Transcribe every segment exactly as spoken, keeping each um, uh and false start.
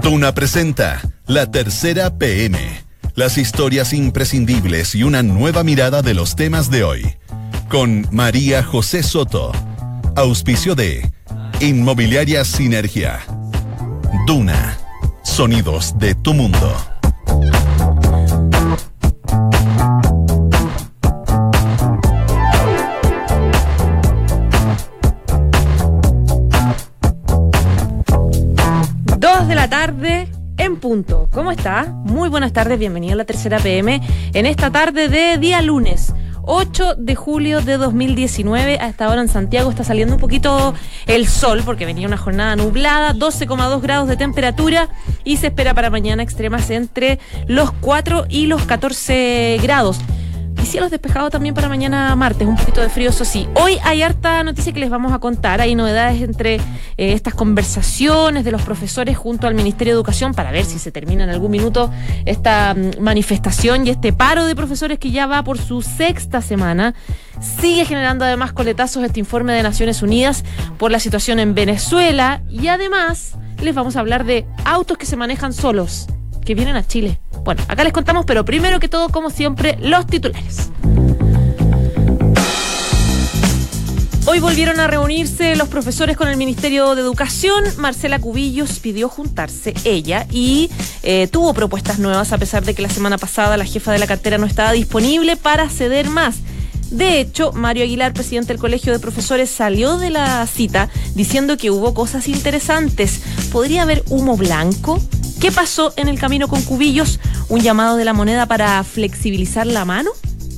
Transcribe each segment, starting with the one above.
Duna presenta La Tercera P M. Las historias imprescindibles y una nueva mirada de los temas de hoy. Con María José Soto. Auspicio de Inmobiliaria Sinergia. Duna. Sonidos de tu mundo. Dos de la tarde en punto. ¿Cómo está? Muy buenas tardes, bienvenido a La Tercera P M en esta tarde de día lunes ocho de julio de dos mil diecinueve. A esta hora en Santiago está saliendo un poquito el sol porque venía una jornada nublada, doce coma dos grados de temperatura y se espera para mañana extremas entre los cuatro y los catorce grados. Y cielos despejados también para mañana martes, un poquito de frío, eso sí. Hoy hay harta noticia que les vamos a contar. Hay novedades entre eh, estas conversaciones de los profesores junto al Ministerio de Educación para ver si se termina en algún minuto esta mm, manifestación y este paro de profesores que ya va por su sexta semana. Sigue generando además coletazos este informe de Naciones Unidas por la situación en Venezuela y además les vamos a hablar de autos que se manejan solos, que vienen a Chile. Bueno, acá les contamos, pero primero que todo, como siempre, los titulares. Hoy volvieron a reunirse los profesores con el Ministerio de Educación. Marcela Cubillos pidió juntarse ella y eh, tuvo propuestas nuevas a pesar de que la semana pasada la jefa de la cartera no estaba disponible para ceder más. De hecho, Mario Aguilar, presidente del Colegio de Profesores, salió de la cita diciendo que hubo cosas interesantes. ¿Podría haber humo blanco? ¿Qué pasó en el camino con Cubillos? ¿Un llamado de la moneda para flexibilizar la mano?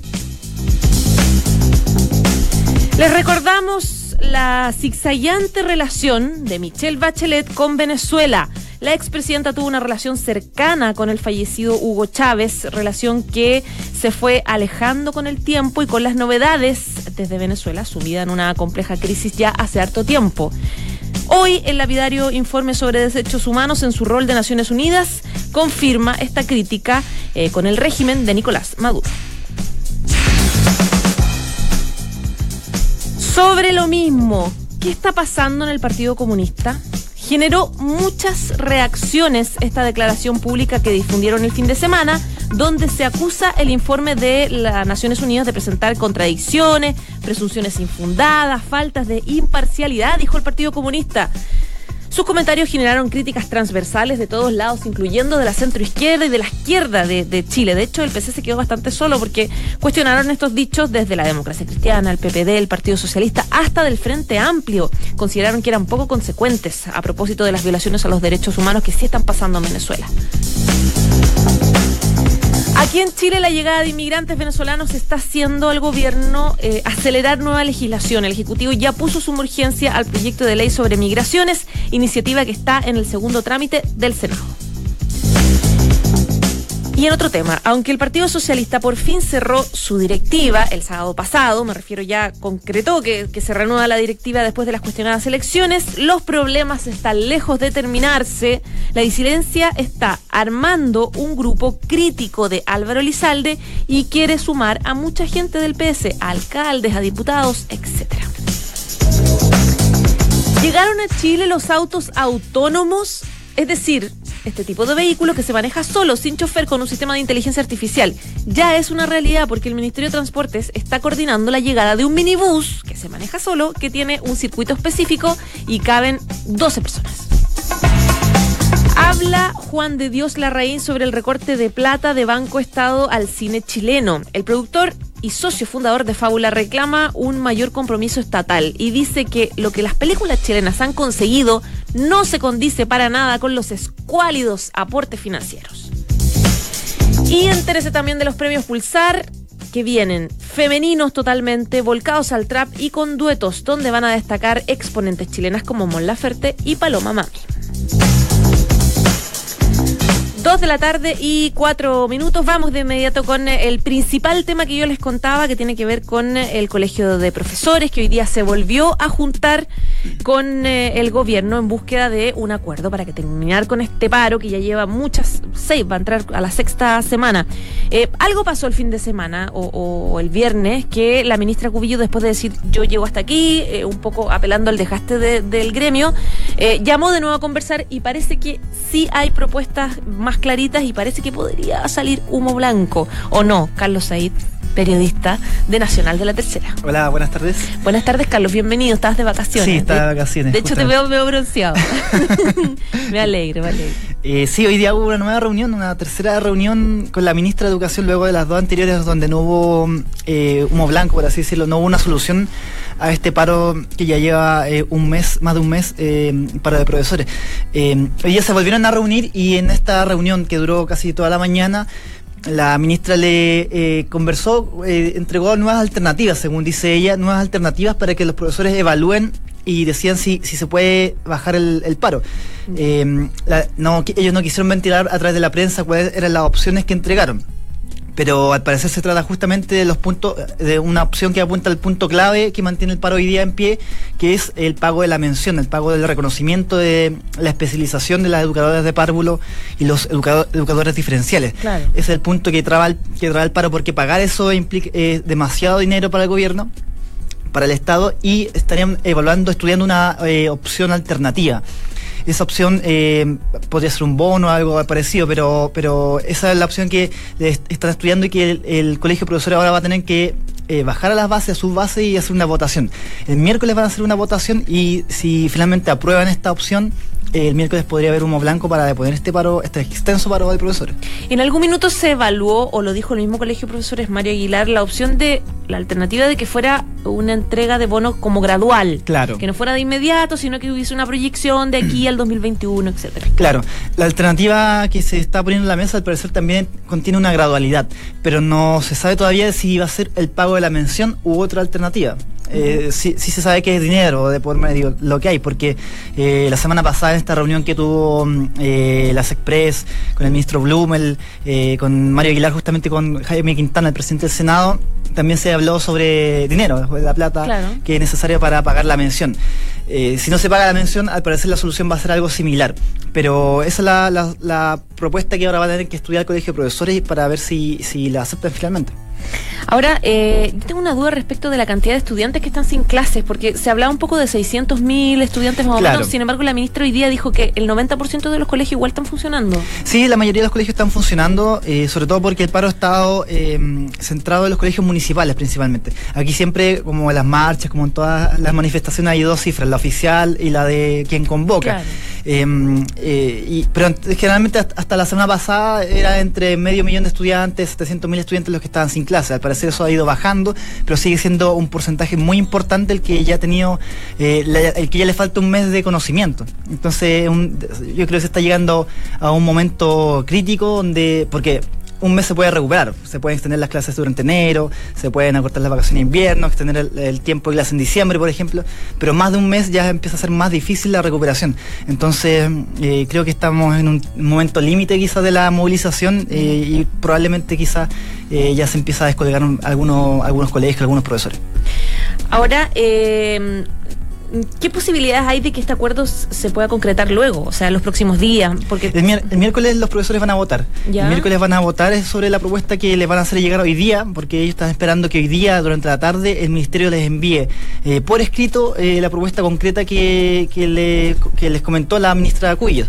Les recordamos la zigzagueante relación de Michelle Bachelet con Venezuela. La expresidenta tuvo una relación cercana con el fallecido Hugo Chávez, relación que se fue alejando con el tiempo y con las novedades desde Venezuela, sumida en una compleja crisis ya hace harto tiempo. Hoy, el lapidario informe sobre derechos humanos en su rol de Naciones Unidas confirma esta crítica eh, con el régimen de Nicolás Maduro. Sobre lo mismo, ¿qué está pasando en el Partido Comunista? Generó muchas reacciones esta declaración pública que difundieron el fin de semana, donde se acusa el informe de las Naciones Unidas de presentar contradicciones, presunciones infundadas, faltas de imparcialidad, dijo el Partido Comunista. Sus comentarios generaron críticas transversales de todos lados, incluyendo de la centroizquierda y de la izquierda de, de Chile. De hecho, el P C se quedó bastante solo porque cuestionaron estos dichos desde la Democracia Cristiana, el P P D, el Partido Socialista, hasta del Frente Amplio. Consideraron que eran poco consecuentes a propósito de las violaciones a los derechos humanos que sí están pasando en Venezuela. Aquí en Chile la llegada de inmigrantes venezolanos está haciendo al gobierno eh, acelerar nueva legislación. El Ejecutivo ya puso suma urgencia al proyecto de ley sobre migraciones, iniciativa que está en el segundo trámite del Senado. Y en otro tema, aunque el Partido Socialista por fin cerró su directiva el sábado pasado, me refiero ya concretó que, que se renueva la directiva después de las cuestionadas elecciones, los problemas están lejos de terminarse. La disidencia está armando un grupo crítico de Álvaro Elizalde y quiere sumar a mucha gente del P S, a alcaldes, a diputados, etcétera. Llegaron a Chile los autos autónomos, es decir, este tipo de vehículo que se maneja solo, sin chofer, con un sistema de inteligencia artificial. Ya es una realidad porque el Ministerio de Transportes está coordinando la llegada de un minibús que se maneja solo, que tiene un circuito específico y caben doce personas. Habla Juan de Dios Larraín sobre el recorte de plata de Banco Estado al cine chileno. El productor y socio fundador de Fábula reclama un mayor compromiso estatal y dice que lo que las películas chilenas han conseguido no se condice para nada con los escuálidos aportes financieros. Y entérese también de los premios Pulsar, que vienen femeninos totalmente, volcados al trap y con duetos, donde van a destacar exponentes chilenas como Mon Laferte y Paloma Mami. Dos de la tarde y cuatro minutos. Vamos de inmediato con el principal tema que yo les contaba, que tiene que ver con el Colegio de Profesores, que hoy día se volvió a juntar con el gobierno en búsqueda de un acuerdo para que terminar con este paro que ya lleva muchas, seis, va a entrar a la sexta semana. Eh, algo pasó el fin de semana o, o el viernes que la ministra Cubillo, después de decir yo llego hasta aquí, eh, un poco apelando al desgaste de, del gremio, eh, llamó de nuevo a conversar y parece que sí hay propuestas más claritas y parece que podría salir humo blanco, ¿o no? Carlos Said, periodista de Nacional de la Tercera. Hola, buenas tardes. Buenas tardes, Carlos, bienvenido. Estabas de vacaciones. Sí, estaba de vacaciones. De hecho, justamente te veo, veo bronceado. me alegro, me alegro. Eh, sí, hoy día hubo una nueva reunión, una tercera reunión con la ministra de Educación luego de las dos anteriores donde no hubo eh, humo blanco, por así decirlo, no hubo una solución a este paro que ya lleva eh, un mes, más de un mes, eh, paro de profesores. Eh, hoy día se volvieron a reunir y en esta reunión que duró casi toda la mañana, la ministra le eh, conversó, eh, entregó nuevas alternativas, según dice ella, nuevas alternativas para que los profesores evalúen y decían si, si se puede bajar el, el paro. Eh, la, no, ellos no quisieron ventilar a través de la prensa cuáles eran las opciones que entregaron. Pero al parecer se trata justamente de los puntos, de una opción que apunta al punto clave que mantiene el paro hoy día en pie, que es el pago de la mención, el pago del reconocimiento de la especialización de las educadoras de párvulo y los educador, educadores diferenciales. Claro. Ese es el punto que traba el, que traba el paro, porque pagar eso implica eh, demasiado dinero para el gobierno, para el Estado, y estarían evaluando, estudiando una eh, opción alternativa. Esa opción eh, podría ser un bono o algo parecido, pero pero esa es la opción que están estudiando y que el, el Colegio de Profesores ahora va a tener que eh, bajar a las bases, a sus bases y hacer una votación. El miércoles van a hacer una votación y si finalmente aprueban esta opción, eh, el miércoles podría haber humo blanco para deponer este paro, este extenso paro de profesores. En algún minuto se evaluó, o lo dijo el mismo Colegio de Profesores, Mario Aguilar, la opción de, la alternativa de que fuera una entrega de bonos como gradual. Claro. Que no fuera de inmediato, sino que hubiese una proyección de aquí al dos mil veintiuno, etcétera. Claro. La alternativa que se está poniendo en la mesa, al parecer, también contiene una gradualidad, pero no se sabe todavía si va a ser el pago de la mención u otra alternativa. Eh, sí, sí se sabe que es dinero de por medio lo que hay, porque eh, la semana pasada en esta reunión que tuvo eh, las Express con el ministro Blumel, eh, con Mario Aguilar, justamente con Jaime Quintana, el presidente del Senado, también se habló sobre dinero, la plata, claro, que es necesaria para pagar la mención. Eh, si no se paga la mención, al parecer la solución va a ser algo similar, pero esa es la, la, la propuesta que ahora va a tener que estudiar el Colegio de Profesores para ver si, si la aceptan finalmente. Ahora, eh, yo tengo una duda respecto de la cantidad de estudiantes que están sin clases, porque se hablaba un poco de seiscientos mil estudiantes más o menos, claro. Sin embargo la ministra hoy día dijo que el noventa por ciento de los colegios igual están funcionando. Sí, la mayoría de los colegios están funcionando, eh, sobre todo porque el paro ha estado eh, centrado en los colegios municipales principalmente. Aquí siempre, como en las marchas, como en todas las manifestaciones, hay dos cifras, la oficial y la de quien convoca. Claro. Eh, eh, y, pero generalmente hasta la semana pasada era entre medio millón de estudiantes, setecientos mil estudiantes los que estaban sin clase. Al parecer eso ha ido bajando, pero sigue siendo un porcentaje muy importante el que ya ha tenido, eh, la, el que ya le falta un mes de conocimiento. Entonces un, yo creo que se está llegando a un momento crítico donde, porque un mes se puede recuperar, se pueden extender las clases durante enero, se pueden acortar las vacaciones de invierno, extender el, el tiempo de clase en diciembre, por ejemplo, pero más de un mes ya empieza a ser más difícil la recuperación. Entonces, eh, creo que estamos en un momento límite quizás de la movilización eh, y probablemente quizás eh, ya se empieza a descolgar algunos, algunos colegios, algunos profesores. Ahora, eh... ¿qué posibilidades hay de que este acuerdo se pueda concretar luego? O sea, en los próximos días. Porque el, mier- el miércoles los profesores van a votar. ¿Ya? El miércoles van a votar sobre la propuesta que les van a hacer llegar hoy día, porque ellos están esperando que hoy día, durante la tarde, el ministerio les envíe eh, por escrito eh, la propuesta concreta que, que, le, que les comentó la ministra Cubillos.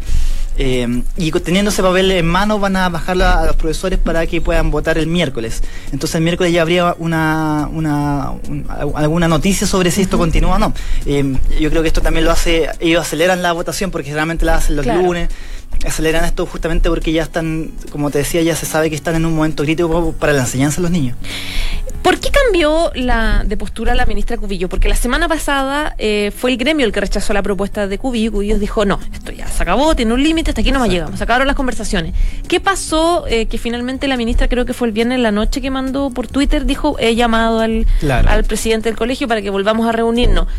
Eh, y teniendo ese papel en mano van a bajarla a los profesores para que puedan votar el miércoles. Entonces el miércoles ya habría una, una, un, alguna noticia sobre si esto uh-huh. continúa o no. Eh, yo creo que esto también lo hace, ellos aceleran la votación porque generalmente la hacen los claro. lunes. Aceleran esto justamente porque ya están, como te decía, ya se sabe que están en un momento crítico para la enseñanza de los niños. ¿Por qué cambió la de postura la ministra Cubillo? Porque la semana pasada eh, fue el gremio el que rechazó la propuesta de Cubillo. Cubillo dijo, no, esto ya se acabó, tiene un límite, hasta aquí no más llegamos, se acabaron las conversaciones. ¿Qué pasó? Eh, que finalmente la ministra, creo que fue el viernes en la noche que mandó por Twitter, dijo, he llamado al, claro. al presidente del colegio para que volvamos a reunirnos.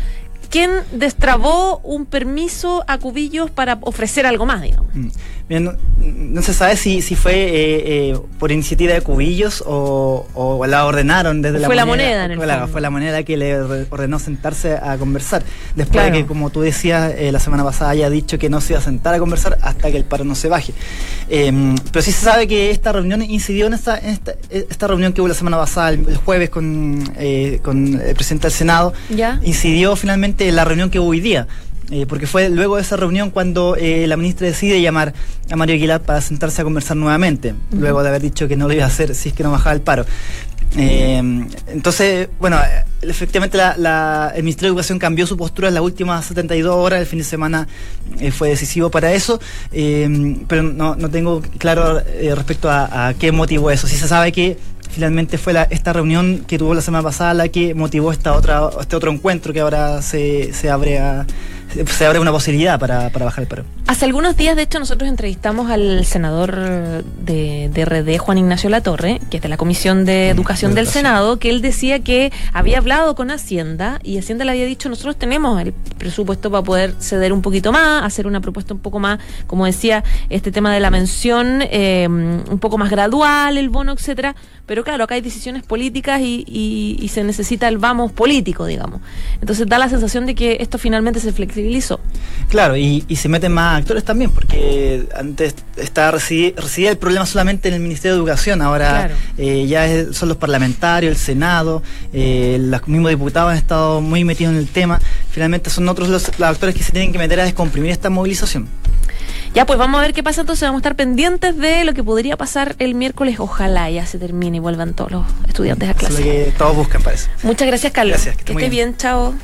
quien destrabó un permiso a Cubillos para ofrecer algo más, digamos. Bien, no, no se sabe si, si fue eh, eh, por iniciativa de Cubillos o, o la ordenaron desde la fue moneda. la moneda, en el fue, la, fondo. fue la moneda que le ordenó sentarse a conversar. Después Claro. de que, como tú decías, eh, la semana pasada haya dicho que no se iba a sentar a conversar hasta que el paro no se baje. Eh, pero sí se sabe que esta reunión incidió en esta, en esta, esta reunión que hubo la semana pasada, el, el jueves, con, eh, con el presidente del Senado. ¿Ya? Incidió finalmente en la reunión que hubo hoy día. Eh, porque fue luego de esa reunión cuando eh, la ministra decide llamar a Mario Aguilar para sentarse a conversar nuevamente, uh-huh. luego de haber dicho que no lo iba a hacer si es que no bajaba el paro. Eh, entonces, bueno, efectivamente la, la, el Ministerio de Educación cambió su postura en las últimas setenta y dos horas, el fin de semana eh, fue decisivo para eso, eh, pero no, no tengo claro eh, respecto a, a qué motivó eso. Sí se sabe que finalmente fue la, esta reunión que tuvo la semana pasada la que motivó esta otra, este otro encuentro que ahora se, se abre a, se abre una posibilidad para, para bajar el paro. Hace algunos días, de hecho, nosotros entrevistamos al senador de, de R D, Juan Ignacio Latorre, que es de la Comisión de Educación del Senado, que él decía que había hablado con Hacienda y Hacienda le había dicho, nosotros tenemos el presupuesto para poder ceder un poquito más, hacer una propuesta un poco más, como decía, este tema de la mención, eh, un poco más gradual, el bono, etcétera. Pero claro, acá hay decisiones políticas y, y, y se necesita el vamos político, digamos. Entonces da la sensación de que esto finalmente se flexibilizó. Claro, y, y se meten más actores también, porque antes estaba residía, residía el problema solamente en el Ministerio de Educación, ahora Claro. eh, ya es, son los parlamentarios, el Senado, eh, los mismos diputados han estado muy metidos en el tema. Finalmente son otros los, los actores que se tienen que meter a descomprimir esta movilización. Ya, pues vamos a ver qué pasa entonces, vamos a estar pendientes de lo que podría pasar el miércoles, ojalá ya se termine y vuelvan todos los estudiantes a clase. Eso es lo que todos buscan, parece. Muchas gracias, Carlos. Gracias, que que esté esté muy bien, chao.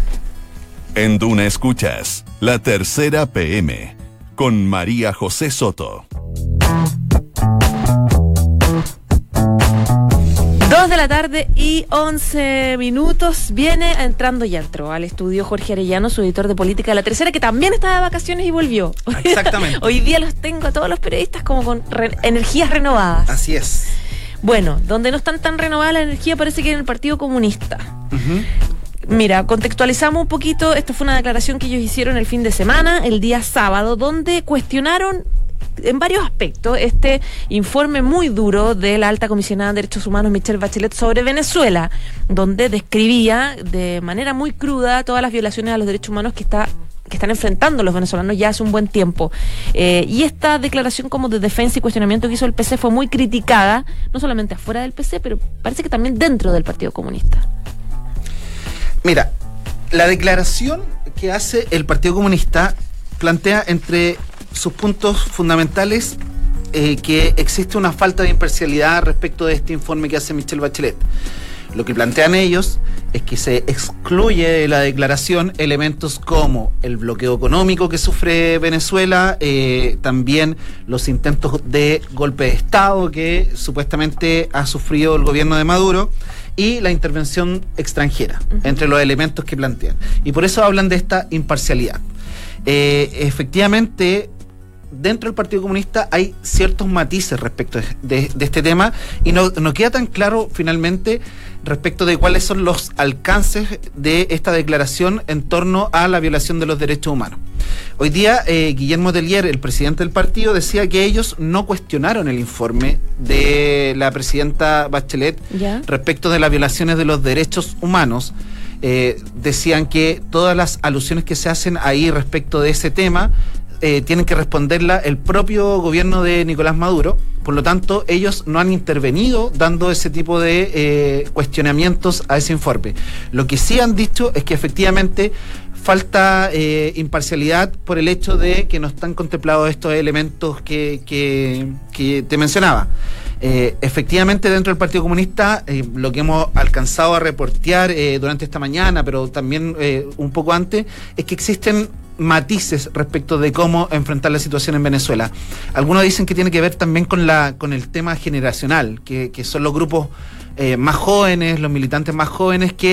En Duna escuchas La Tercera P M con María José Soto. Dos de la tarde y once minutos. Viene entrando ya entró al estudio Jorge Arellano, su editor de política de La Tercera, que también estaba de vacaciones y volvió. Exactamente. Hoy día los tengo a todos los periodistas como con re- energías renovadas. Así es. Bueno, donde no están tan renovadas la energía parece que en el Partido Comunista. Uh-huh. Mira, contextualizamos un poquito. Esto fue una declaración que ellos hicieron el fin de semana, el día sábado, donde cuestionaron en varios aspectos este informe muy duro de la alta comisionada de Derechos Humanos Michelle Bachelet sobre Venezuela, donde describía de manera muy cruda todas las violaciones a los derechos humanos que está que están enfrentando los venezolanos ya hace un buen tiempo. Eh, y esta declaración como de defensa y cuestionamiento que hizo el P C fue muy criticada, no solamente afuera del P C, pero parece que también dentro del Partido Comunista. Mira, la declaración que hace el Partido Comunista plantea entre sus puntos fundamentales eh, que existe una falta de imparcialidad respecto de este informe que hace Michelle Bachelet. Lo que plantean ellos es que se excluye de la declaración elementos como el bloqueo económico que sufre Venezuela, eh, también los intentos de golpe de Estado que supuestamente ha sufrido el gobierno de Maduro y la intervención extranjera, uh-huh. entre los elementos que plantean. Y por eso hablan de esta imparcialidad. Eh, efectivamente, dentro del Partido Comunista hay ciertos matices respecto de, de, de este tema y no, no queda tan claro finalmente respecto de cuáles son los alcances de esta declaración en torno a la violación de los derechos humanos. Hoy día, eh, Guillermo Tellier, el presidente del partido, decía que ellos no cuestionaron el informe de la presidenta Bachelet ¿Ya? respecto de las violaciones de los derechos humanos. Eh, decían que todas las alusiones que se hacen ahí respecto de ese tema eh, tienen que responderla el propio gobierno de Nicolás Maduro. Por lo tanto, ellos no han intervenido dando ese tipo de eh, cuestionamientos a ese informe. Lo que sí han dicho es que efectivamente falta eh, imparcialidad por el hecho de que no están contemplados estos elementos que, que, que te mencionaba. Eh, efectivamente, dentro del Partido Comunista, eh, lo que hemos alcanzado a reportear eh, durante esta mañana, pero también eh, un poco antes, es que existen matices respecto de cómo enfrentar la situación en Venezuela. Algunos dicen que tiene que ver también con la con el tema generacional, que, que son los grupos eh, más jóvenes, los militantes más jóvenes que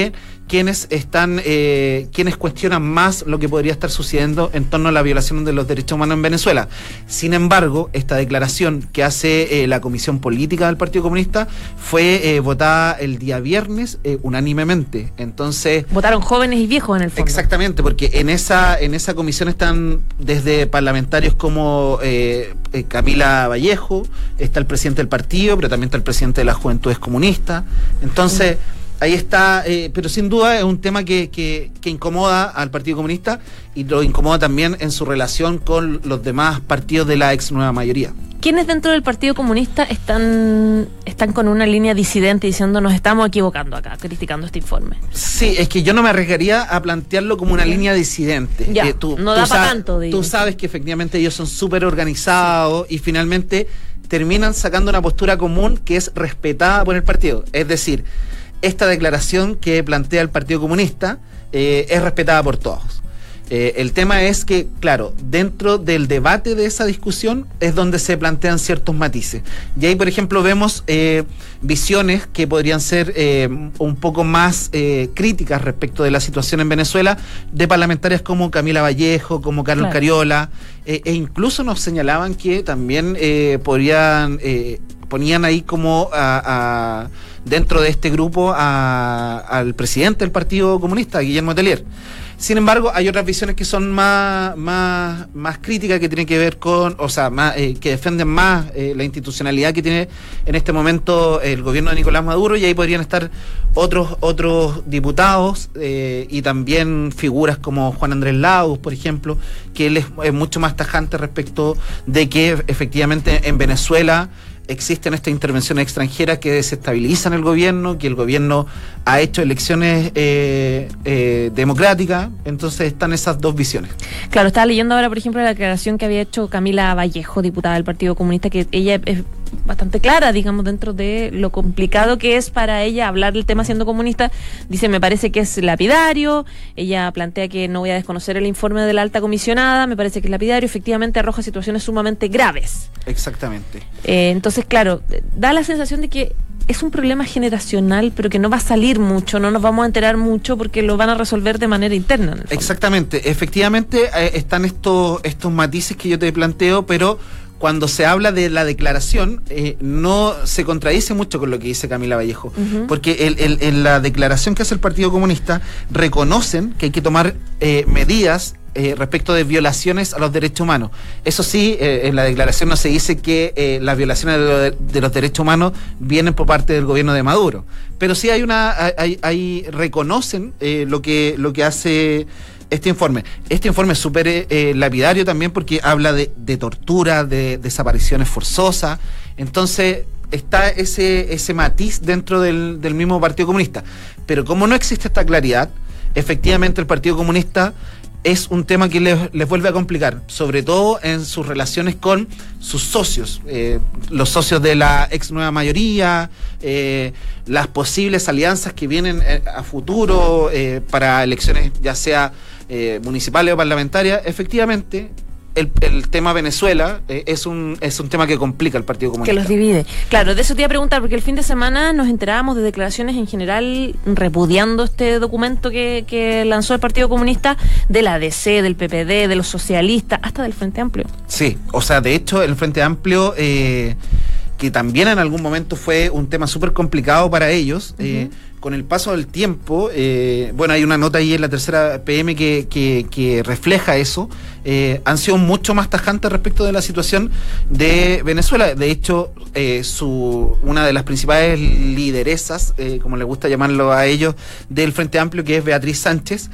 quienes están, eh, quienes cuestionan más lo que podría estar sucediendo en torno a la violación de los derechos humanos en Venezuela. Sin embargo, esta declaración que hace eh, la Comisión Política del Partido Comunista fue eh, votada el día viernes eh, unánimemente. Entonces, votaron jóvenes y viejos en el fondo. Exactamente, porque en esa en esa comisión están desde parlamentarios como eh, eh, Camila Vallejo, está el presidente del partido, pero también está el presidente de las Juventudes Comunistas. Entonces, ahí está, eh, pero sin duda es un tema que, que, que incomoda al Partido Comunista y lo incomoda también en su relación con los demás partidos de la ex nueva mayoría. ¿Quiénes dentro del Partido Comunista están, están con una línea disidente diciendo nos estamos equivocando acá, criticando este informe? Sí, es que yo no me arriesgaría a plantearlo como una línea disidente. Ya, eh, tú, no tú da para sab- tanto. Tú sabes que efectivamente ellos son súper organizados y finalmente terminan sacando una postura común que es respetada por el partido. Es decir, esta declaración que plantea el Partido Comunista eh, es respetada por todos. Eh, el tema es que, claro, dentro del debate de esa discusión es donde se plantean ciertos matices. Y ahí, por ejemplo, vemos eh, visiones que podrían ser eh, un poco más eh, críticas respecto de la situación en Venezuela, de parlamentarias como Camila Vallejo, como Carlos Claro. Cariola, eh, e incluso nos señalaban que también eh, podrían, eh, ponían ahí como a, a, dentro de este grupo a, al presidente del Partido Comunista, Guillermo Tellier. Sin embargo, hay otras visiones que son más, más, más críticas, que tienen que ver con, o sea, más, eh, que defienden más eh, la institucionalidad que tiene en este momento el gobierno de Nicolás Maduro, y ahí podrían estar otros otros diputados eh, y también figuras como Juan Andrés Lagos, por ejemplo, que él es, es mucho más tajante respecto de que efectivamente en Venezuela existen estas intervenciones extranjeras que desestabilizan el gobierno, que el gobierno ha hecho elecciones eh, eh, democráticas. Entonces están esas dos visiones. Claro, estaba leyendo ahora, por ejemplo, la declaración que había hecho Camila Vallejo, diputada del Partido Comunista, que ella es bastante clara, digamos, dentro de lo complicado que es para ella hablar del tema siendo comunista. Dice, me parece que es lapidario. Ella plantea que no voy a desconocer el informe de la alta comisionada, me parece que es lapidario, efectivamente arroja situaciones sumamente graves. Exactamente. Eh, entonces, claro, da la sensación de que es un problema generacional, pero que no va a salir mucho, no nos vamos a enterar mucho porque lo van a resolver de manera interna. En el fondo. Exactamente, efectivamente eh, están estos, estos matices que yo te planteo, pero cuando se habla de la declaración, eh, no se contradice mucho con lo que dice Camila Vallejo, uh-huh. porque el, el, en la declaración que hace el Partido Comunista reconocen que hay que tomar eh, medidas Eh, respecto de violaciones a los derechos humanos. Eso sí, eh, en la declaración no se dice que eh, las violaciones de, lo de, de los derechos humanos vienen por parte del gobierno de Maduro, pero sí hay una, hay, hay reconocen eh, lo que lo que hace este informe. Este informe es súper eh, lapidario también porque habla de, de tortura, de desapariciones forzosas. Entonces está ese ese matiz dentro del, del mismo Partido Comunista. Pero como no existe esta claridad, efectivamente el Partido Comunista es un tema que les, les vuelve a complicar, sobre todo en sus relaciones con sus socios, eh, los socios de la ex nueva mayoría, eh, las posibles alianzas que vienen eh, a futuro eh, para elecciones ya sea eh, municipales o parlamentarias. Efectivamente, el, el tema Venezuela eh, es un es un tema que complica al Partido Comunista. Que los divide. Claro, de eso te iba a preguntar, porque el fin de semana nos enterábamos de declaraciones en general repudiando este documento que, que lanzó el Partido Comunista, de la A D C, del P P D, de los socialistas, hasta del Frente Amplio. Sí, o sea, de hecho, el Frente Amplio, eh, que también en algún momento fue un tema súper complicado para ellos, uh-huh. eh, con el paso del tiempo, eh, bueno, hay una nota ahí en la tercera P M que, que, que refleja eso, eh, han sido mucho más tajantes respecto de la situación de Venezuela. De hecho, eh, su una de las principales lideresas, eh, como les gusta llamarlo a ellos, del Frente Amplio, que es Beatriz Sánchez,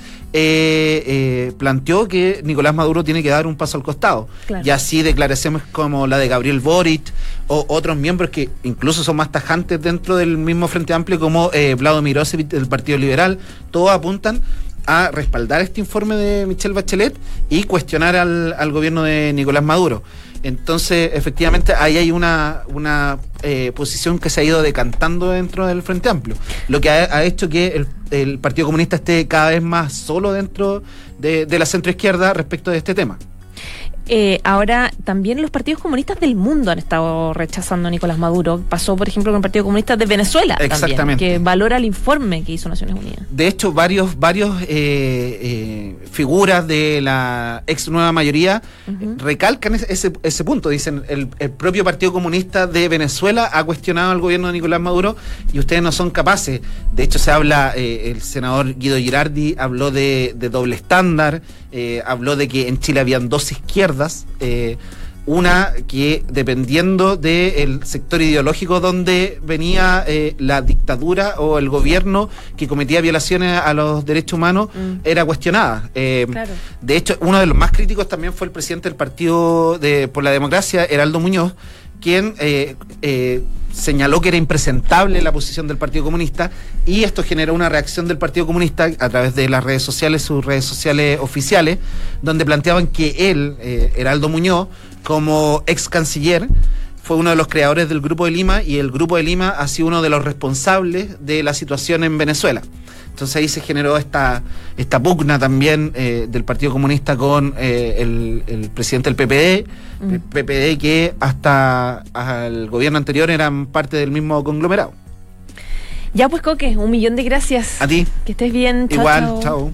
eh, eh, planteó que Nicolás Maduro tiene que dar un paso al costado. Claro. Y así declaraciones como la de Gabriel Boric o otros miembros que incluso son más tajantes dentro del mismo Frente Amplio, como eh, Vlado Mirosevic del Partido Liberal, todos apuntan a respaldar este informe de Michelle Bachelet y cuestionar al, al gobierno de Nicolás Maduro. Entonces, efectivamente, ahí hay una, una eh, posición que se ha ido decantando dentro del Frente Amplio, lo que ha, ha hecho que el, el Partido Comunista esté cada vez más solo dentro de, de la centroizquierda respecto de este tema. Eh, ahora, también los partidos comunistas del mundo han estado rechazando a Nicolás Maduro. Pasó, por ejemplo, con el Partido Comunista de Venezuela, Exactamente. También, que valora el informe que hizo Naciones Unidas. De hecho, varios, varios eh, eh, figuras de la ex nueva mayoría uh-huh. recalcan ese, ese punto. Dicen, el, el propio Partido Comunista de Venezuela ha cuestionado al gobierno de Nicolás Maduro y ustedes no son capaces. De hecho, se habla, eh, el senador Guido Girardi habló de, de doble estándar, eh, habló de que en Chile habían dos izquierdas, eh, una que dependiendo del sector ideológico donde venía eh, la dictadura o el gobierno que cometía violaciones a los derechos humanos mm. era cuestionada. Eh, claro. De hecho, uno de los más críticos también fue el presidente del Partido de, por la Democracia, Heraldo Muñoz, quien eh, eh, señaló que era impresentable la posición del Partido Comunista, y esto generó una reacción del Partido Comunista a través de las redes sociales, sus redes sociales oficiales, donde planteaban que él, eh, Heraldo Muñoz, como ex canciller, fue uno de los creadores del Grupo de Lima, y el Grupo de Lima ha sido uno de los responsables de la situación en Venezuela. Entonces ahí se generó esta esta pugna también eh, del Partido Comunista con eh, el, el presidente del P P D, mm. el P P D que hasta el gobierno anterior eran parte del mismo conglomerado. Ya pues, Coque, un millón de gracias. A ti. Que estés bien. Chao, Igual, chao. chao.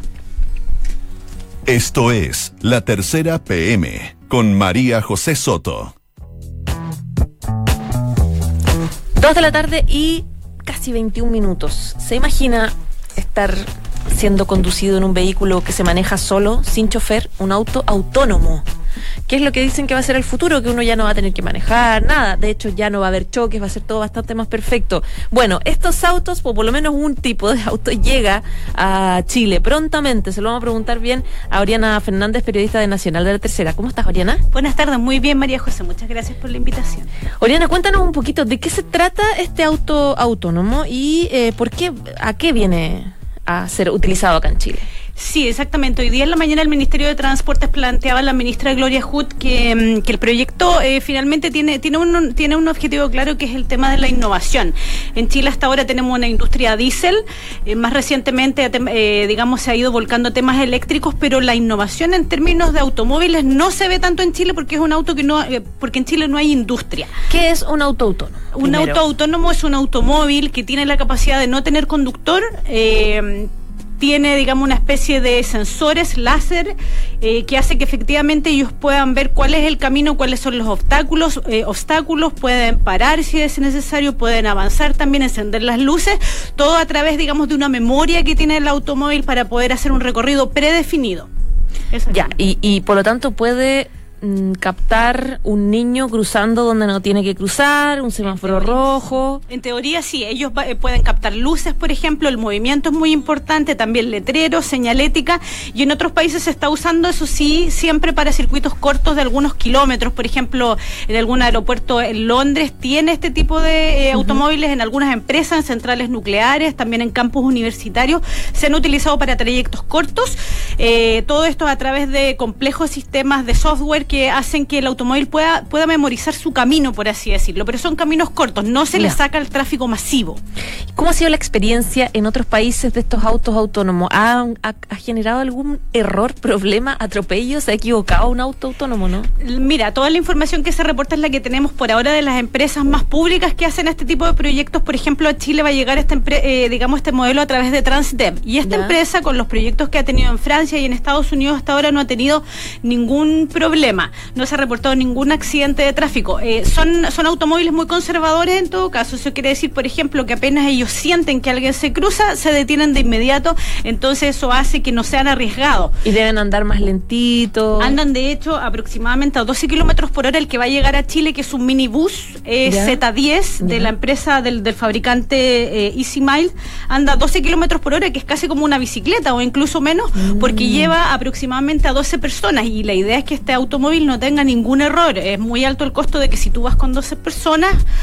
Esto es La Tercera P M con María José Soto. Dos de la tarde y casi veintiún minutos. ¿Se imagina estar siendo conducido en un vehículo que se maneja solo, sin chofer, un auto autónomo? ¿Qué es lo que dicen que va a ser el futuro? Que uno ya no va a tener que manejar nada. De hecho, ya no va a haber choques, va a ser todo bastante más perfecto. Bueno, estos autos, o por lo menos un tipo de auto, llega a Chile prontamente. Se lo vamos a preguntar bien a Oriana Fernández, periodista de Nacional de la Tercera. ¿Cómo estás, Oriana? Buenas tardes, muy bien, María José. Muchas gracias por la invitación. Oriana, cuéntanos un poquito de qué se trata este auto autónomo y eh, por qué, a qué viene a ser utilizado acá en Chile. Sí, exactamente. Hoy día en la mañana el Ministerio de Transportes planteaba a la ministra Gloria Hood que, que el proyecto eh, finalmente tiene, tiene, un, tiene un objetivo claro, que es el tema de la innovación. En Chile hasta ahora tenemos una industria diésel, eh, más recientemente eh, digamos se ha ido volcando temas eléctricos, pero la innovación en términos de automóviles no se ve tanto en Chile porque es un auto que no, eh, porque en Chile no hay industria. ¿Qué es un auto autónomo? Un Primero. auto autónomo es un automóvil que tiene la capacidad de no tener conductor, eh, tiene, digamos, una especie de sensores láser eh, que hace que efectivamente ellos puedan ver cuál es el camino, cuáles son los obstáculos, eh, obstáculos, pueden parar si es necesario, pueden avanzar también, encender las luces, todo a través, digamos, de una memoria que tiene el automóvil para poder hacer un recorrido predefinido. Eso ya, y, y por lo tanto puede mm, captar un niño cruzando donde no tiene que cruzar, un semáforo rojo. En teoría sí, ellos va, eh, pueden captar luces, por ejemplo, el movimiento es muy importante, también letreros, señalética, y en otros países se está usando, eso sí, siempre para circuitos cortos de algunos kilómetros. Por ejemplo, en algún aeropuerto en Londres tiene este tipo de eh, uh-huh. automóviles, en algunas empresas, en centrales nucleares, también en campus universitarios, se han utilizado para trayectos cortos, eh, todo esto a través de complejos sistemas de software que hacen que el automóvil pueda, pueda memorizar su camino, por así decirlo, pero son caminos cortos, no se le saca el tráfico masivo. ¿Cómo ha sido la experiencia en otros países de estos autos autónomos? ¿Ha, ha, ha generado algún error, problema, atropello? ¿Se ha equivocado un auto autónomo, no? Mira, toda la información que se reporta es la que tenemos por ahora de las empresas más públicas que hacen este tipo de proyectos. Por ejemplo, a Chile va a llegar este, eh, digamos, este modelo a través de Transdev, y esta ya. empresa, con los proyectos que ha tenido en Francia y en Estados Unidos hasta ahora, no ha tenido ningún problema. No se ha reportado ningún accidente de tráfico. Eh, son, son automóviles muy conservadores en todo caso. Eso quiere decir, por ejemplo, que apenas ellos sienten que alguien se cruza, se detienen de inmediato. Entonces eso hace que no sean arriesgados. Y deben andar más lentito. Andan, de hecho, aproximadamente a doce kilómetros por hora. El que va a llegar a Chile, que es un minibús eh, Z diez de ya. la empresa del, del fabricante eh, Easy Mile, anda a doce kilómetros por hora, que es casi como una bicicleta o incluso menos, mm. porque lleva aproximadamente a doce personas. Y la idea es que este automóvil no tenga ningún error. Es muy alto el costo de que si tú vas con doce personas,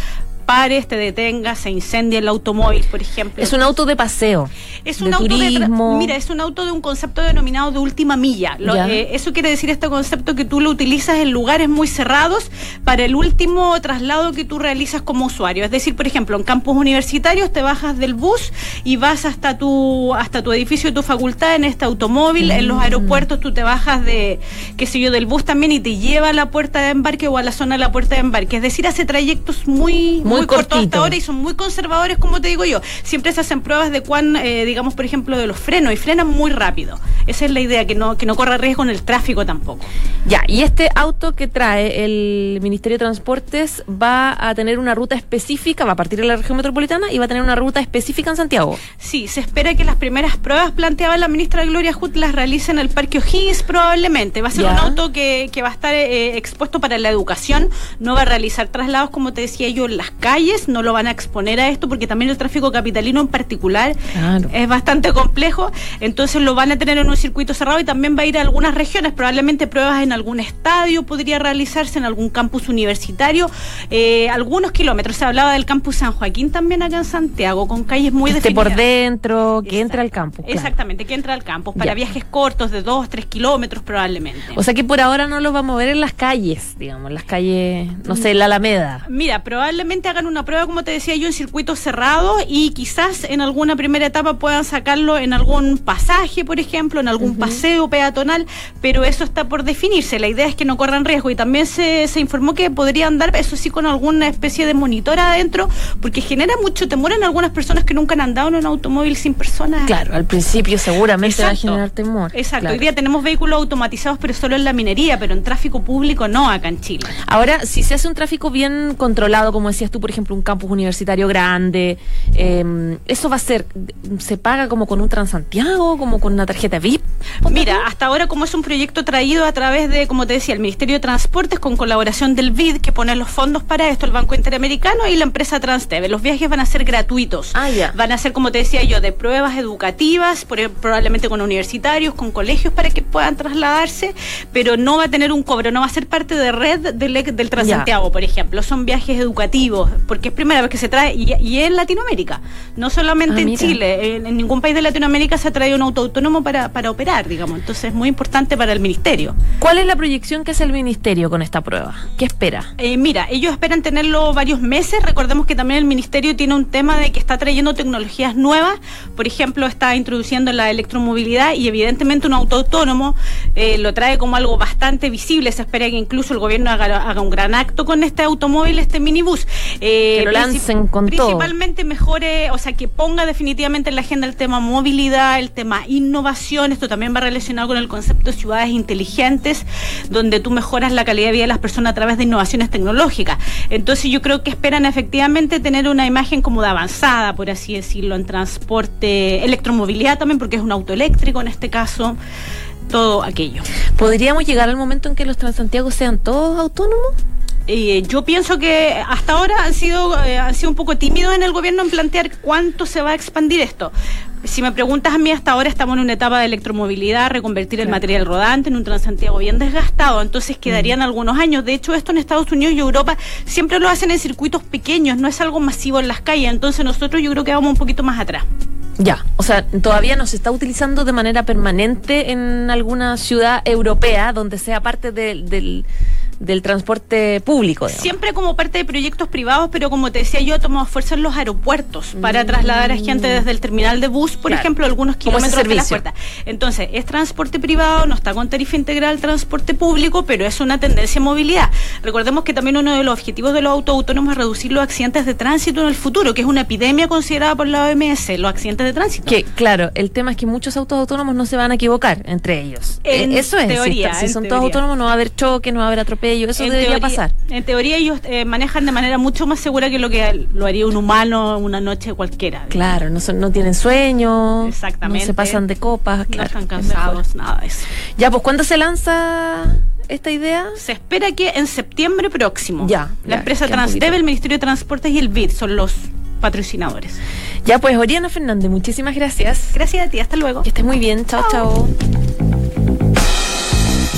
pares, te detengas, se incendie el automóvil, por ejemplo. Es un auto de paseo. Es un de auto turismo. de mira, es un auto de un concepto denominado de última milla. Lo, eh, eso quiere decir este concepto que tú lo utilizas en lugares muy cerrados para el último traslado que tú realizas como usuario. Es decir, por ejemplo, en campus universitarios te bajas del bus y vas hasta tu hasta tu edificio de tu facultad en este automóvil. Mm. En los aeropuertos tú te bajas de, qué sé yo, del bus también y te lleva a la puerta de embarque o a la zona de la puerta de embarque. Es decir, hace trayectos muy, muy, muy cortos hasta ahora y son muy conservadores, como te digo yo. Siempre se hacen pruebas de cuán, eh, digamos, por ejemplo, de los frenos y frenan muy rápido. Esa es la idea, que no, que no corra riesgo en el tráfico tampoco. Ya, y este auto que trae el Ministerio de Transportes va a tener una ruta específica, va a partir de la región metropolitana y va a tener una ruta específica en Santiago. Sí, se espera que las primeras pruebas planteaba la ministra Gloria Hutt las realice en el Parque O'Higgins probablemente. Va a ser ya. un auto que, que va a estar eh, expuesto para la educación, no va a realizar traslados, como te decía yo, en las calles, no lo van a exponer a esto porque también el tráfico capitalino en particular claro. es bastante complejo, entonces lo van a tener en un circuito cerrado y también va a ir a algunas regiones, probablemente pruebas en algún estadio podría realizarse, en algún campus universitario, eh, algunos kilómetros. Se hablaba del campus San Joaquín también acá en Santiago, con calles muy que definidas. Esté por dentro, que entre al campus. Claro. Exactamente, que entre al campus, para ya. viajes cortos de dos, tres kilómetros probablemente. O sea que por ahora no lo va a mover en las calles, digamos, las calles, no sé, la Alameda. Mira, probablemente hagan una prueba, como te decía yo, en circuito cerrado y quizás en alguna primera etapa puedan sacarlo en algún pasaje, por ejemplo, en algún uh-huh. paseo peatonal, pero eso está por definirse. La idea es que no corran riesgo y también se, se informó que podría andar, eso sí, con alguna especie de monitor adentro, porque genera mucho temor en algunas personas que nunca han andado en un automóvil sin personas. Claro, al principio seguramente Exacto. va a generar temor. Exacto, claro. Hoy día tenemos vehículos automatizados, pero solo en la minería, pero en tráfico público no acá en Chile. Ahora, si se hace un tráfico bien controlado, como decías tú, por ejemplo, un campus universitario grande, eh, ¿eso va a ser, se paga como con un Transantiago, como con una tarjeta V I P? Mira, hasta ahora como es un proyecto traído a través de, como te decía, el Ministerio de Transportes con colaboración del B I D, que pone los fondos para esto, el Banco Interamericano y la empresa Transteve. Los viajes van a ser gratuitos. Ah, ya. Van a ser, como te decía yo, de pruebas educativas, por, probablemente con universitarios, con colegios para que puedan trasladarse, pero no va a tener un cobro, no va a ser parte de red del, del Transantiago, por ejemplo. Son viajes educativos, porque es primera vez que se trae, y, y en Latinoamérica, no solamente ah, en mira. Chile, en, en ningún país de Latinoamérica se ha traído un auto autónomo para, para operar, digamos. Entonces es muy importante para el Ministerio. ¿Cuál es la proyección que hace el Ministerio con esta prueba? ¿Qué espera? Eh, mira, ellos esperan tenerlo varios meses. Recordemos que también el Ministerio tiene un tema de que está trayendo tecnologías nuevas. Por ejemplo, está introduciendo la electromovilidad y evidentemente un auto autónomo eh, lo trae como algo bastante visible. Se espera que incluso el gobierno haga, haga un gran acto con este automóvil, este minibús. Eh, que lo lancen con todo. Principalmente mejore, o sea, que ponga definitivamente en la agenda el tema movilidad, el tema innovación. Esto también va relacionado con el concepto de ciudades inteligentes, donde tú mejoras la calidad de vida de las personas a través de innovaciones tecnológicas. Entonces yo creo que esperan efectivamente tener una imagen como de avanzada, por así decirlo, en transporte, electromovilidad también, porque es un auto eléctrico en este caso, todo aquello. ¿Podríamos llegar al momento en que los Transantiago sean todos autónomos? Eh, yo pienso que hasta ahora han sido, eh, han sido un poco tímidos en el gobierno en plantear cuánto se va a expandir esto. Si me preguntas a mí, hasta ahora estamos en una etapa de electromovilidad, reconvertir el material rodante en un Transantiago bien desgastado, entonces quedarían mm. algunos años. De hecho, esto en Estados Unidos y Europa siempre lo hacen en circuitos pequeños, no es algo masivo en las calles, entonces nosotros yo creo que vamos un poquito más atrás. Ya, o sea, todavía no se está utilizando de manera permanente en alguna ciudad europea donde sea parte de, del... del transporte público, digamos. Siempre como parte de proyectos privados, pero como te decía yo, tomamos fuerza en los aeropuertos para mm. trasladar a gente desde el terminal de bus, por claro. ejemplo, algunos kilómetros de la puerta. Entonces, es transporte privado, no está con tarifa integral transporte público, pero es una tendencia de movilidad. Recordemos que también uno de los objetivos de los autos autónomos es reducir los accidentes de tránsito en el futuro, que es una epidemia considerada por la O M S, los accidentes de tránsito. Que, claro, el tema es que muchos autos autónomos no se van a equivocar entre ellos. En eh, eso es, teoría, si, si son teoría. todos autónomos no va a haber choque, no va a haber atropello, eso en debería teoría, pasar. En teoría ellos eh, manejan de manera mucho más segura que lo que lo haría un humano una noche cualquiera. Claro, no, son, no tienen sueño, exactamente, no se pasan de copas, claro, no están cansados, nada de eso. Ya, pues, ¿cuándo se lanza esta idea? Se espera que en septiembre próximo. Ya. La ya, empresa Transteve, el Ministerio de Transportes y el B I D son los patrocinadores. Ya, pues, Oriana Fernández, muchísimas gracias. Gracias a ti, hasta luego. Que estés muy bien, chao, chao. chao.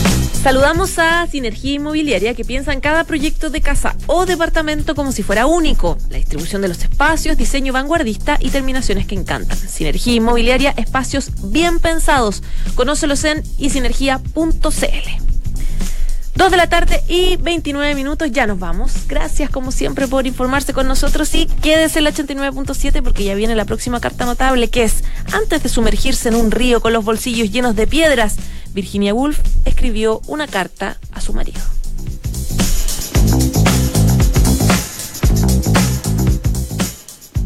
Saludamos a Sinergia Inmobiliaria, que piensa en cada proyecto de casa o departamento como si fuera único. La distribución de los espacios, diseño vanguardista y terminaciones que encantan. Sinergia Inmobiliaria, espacios bien pensados. Conócelos en isinergia punto c l. Dos de la tarde y veintinueve minutos, ya nos vamos. Gracias como siempre por informarse con nosotros y quédese en el ochenta y nueve punto siete porque ya viene la próxima carta notable, que es: antes de sumergirse en un río con los bolsillos llenos de piedras, Virginia Woolf escribió una carta a su marido.